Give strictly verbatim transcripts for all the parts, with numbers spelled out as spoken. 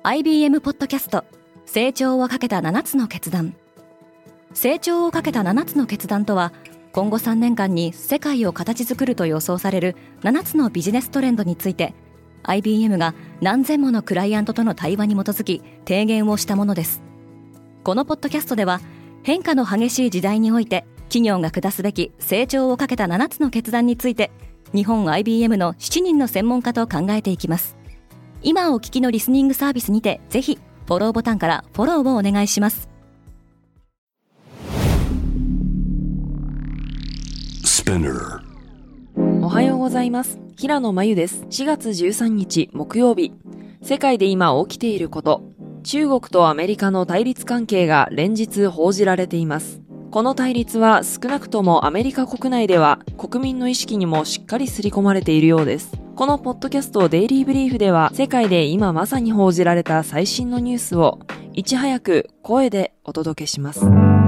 アイビーエム ポッドキャスト成長をかけたななつの決断。成長をかけたななつの決断とは、今後さんねんかんに世界を形作ると予想されるななつのビジネストレンドについて アイビーエム が何千ものクライアントとの対話に基づき提言をしたものです。このポッドキャストでは、変化の激しい時代において企業が下すべき成長をかけたななつの決断について、日本 アイビーエム のしちにんの専門家と考えていきます。今お聞きのリスニングサービスにて、ぜひフォローボタンからフォローをお願いします。 おはようございます。平野真由です。しがつじゅうさんにち木曜日。世界で今起きていること。中国とアメリカの対立関係が連日報じられています。この対立は少なくともアメリカ国内では国民の意識にもしっかり刷り込まれているようです。このポッドキャストデイリーブリーフでは、世界で今まさに報じられた最新のニュースをいち早く声でお届けします。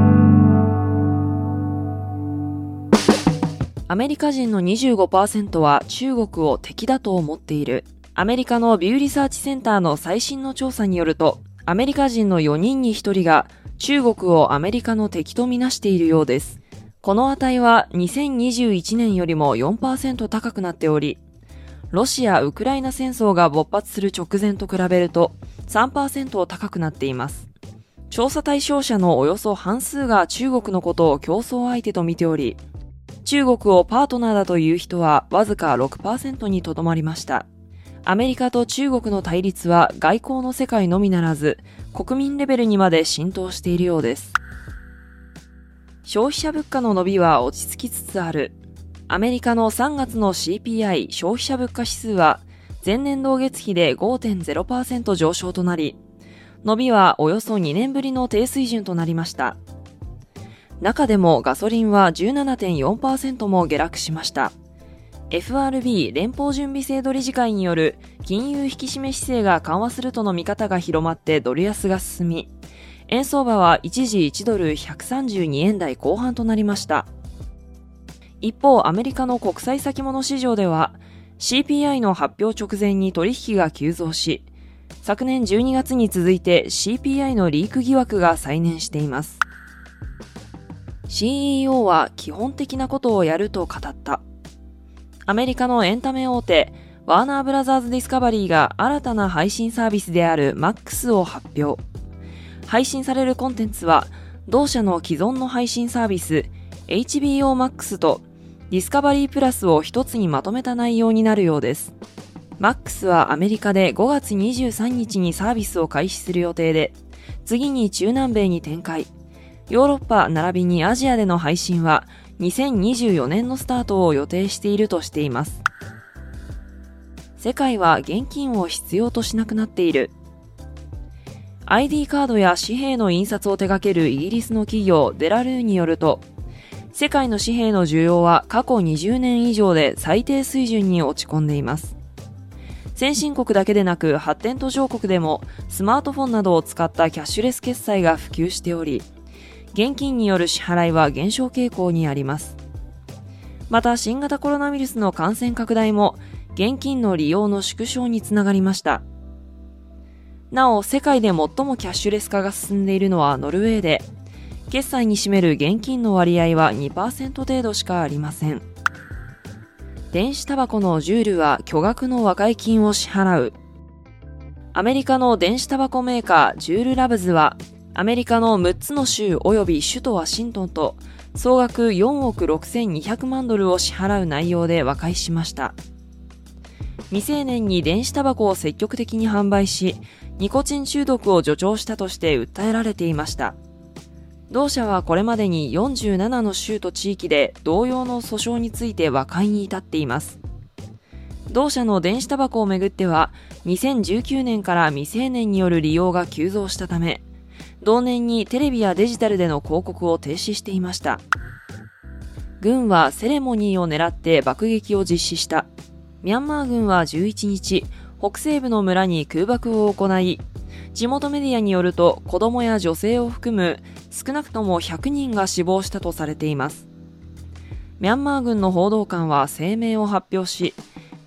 アメリカ人の にじゅうごパーセント は中国を敵だと思っている。アメリカのビューリサーチセンターの最新の調査によると、アメリカ人のよにんにひとりが中国をアメリカの敵とみなしているようです。この値はにせんにじゅういちねんよりも よんパーセント 高くなっており、ロシア・ウクライナ戦争が勃発する直前と比べると さんパーセント 高くなっています。調査対象者のおよそ半数が中国のことを競争相手と見ており、中国をパートナーだという人はわずか ろくパーセント にとどまりました。アメリカと中国の対立は外交の世界のみならず、国民レベルにまで浸透しているようです。消費者物価の伸びは落ち着きつつある。アメリカのさんがつの シーピーアイ 消費者物価指数は前年同月比で ごてんゼロパーセント 上昇となり、伸びはおよそにねんぶりの低水準となりました。中でもガソリンは じゅうななてんよんパーセント も下落しました。エフアールビー 連邦準備制度理事会による金融引き締め姿勢が緩和するとの見方が広まってドル安が進み、円相場は一時いちドルひゃくさんじゅうにえん台後半となりました。一方、アメリカの国際先物市場では シーピーアイ の発表直前に取引が急増し、昨年じゅうにがつに続いて シーピーアイ のリーク疑惑が再燃しています。シーイーオー は基本的なことをやると語った。アメリカのエンタメ大手ワーナーブラザーズディスカバリーが新たな配信サービスである マックス を発表。配信されるコンテンツは同社の既存の配信サービス エイチビーオーマックス とディスカバリープラスを一つにまとめた内容になるようです。マックス はアメリカでごがつにじゅうさんにちにサービスを開始する予定で、次に中南米に展開。ヨーロッパ並びにアジアでの配信はにせんにじゅうよねんのスタートを予定しているとしています。世界は現金を必要としなくなっている。アイディー カードや紙幣の印刷を手掛けるイギリスの企業デラルーによると、世界の紙幣の需要は過去にじゅうねん以上で最低水準に落ち込んでいます。先進国だけでなく発展途上国でもスマートフォンなどを使ったキャッシュレス決済が普及しており、現金による支払いは減少傾向にあります。また新型コロナウイルスの感染拡大も現金の利用の縮小につながりました。なお、世界で最もキャッシュレス化が進んでいるのはノルウェーで、決済に占める現金の割合は にパーセント 程度しかありません。電子タバコのジュールは巨額の和解金を支払う。アメリカの電子タバコメーカージュールラブズは、アメリカのむっつの州及び首都ワシントンと総額よんおくろくせんにひゃくまんドルを支払う内容で和解しました。未成年に電子タバコを積極的に販売し、ニコチン中毒を助長したとして訴えられていました。同社はこれまでによんじゅうななの州と地域で同様の訴訟について和解に至っています。同社の電子タバコをめぐっては、にせんじゅうきゅうねんから未成年による利用が急増したため、同年にテレビやデジタルでの広告を停止していました。軍はセレモニーを狙って爆撃を実施した。ミャンマー軍はじゅういちにち、北西部の村に空爆を行い、地元メディアによると子供や女性を含む少なくともひゃくにんが死亡したとされています。ミャンマー軍の報道官は声明を発表し、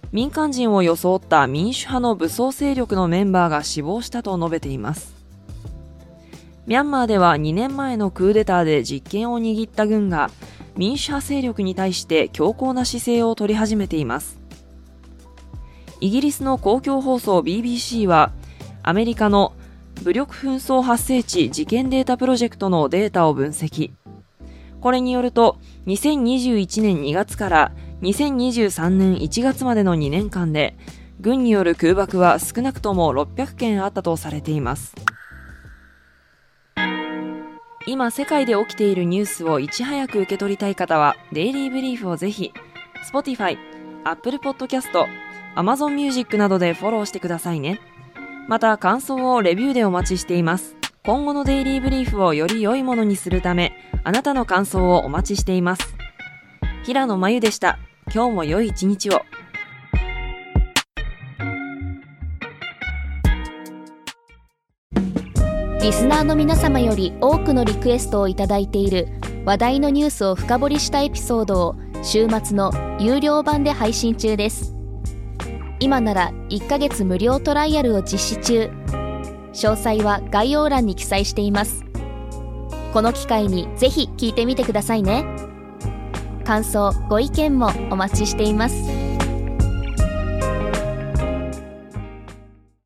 民間人を装った民主派の武装勢力のメンバーが死亡したと述べています。ミャンマーではにねんまえのクーデターで実権を握った軍が民主派勢力に対して強硬な姿勢を取り始めています。イギリスの公共放送 ビービーシー はアメリカの武力紛争発生地事件データプロジェクトのデータを分析。これによるとにせんにじゅういちねんにがつからにせんにじゅうさんねんいちがつまでのにねんかんで軍による空爆は少なくともろっぴゃくけんあったとされています。今世界で起きているニュースをいち早く受け取りたい方はデイリーブリーフをぜひ Spotify、Apple Podcast、Amazon Music などでフォローしてくださいね。また感想をレビューでお待ちしています。今後のデイリーブリーフをより良いものにするためあなたの感想をお待ちしています。平野真由でした。今日も良い一日を。 リスナーの皆様より多くのリクエストをいただいている話題のニュースを深掘りしたエピソードを週末の有料版で配信中です。今ならいっかげつ無料トライアルを実施中。詳細は概要欄に記載しています。この機会にぜひ聞いてみてくださいね。感想、ご意見もお待ちしています。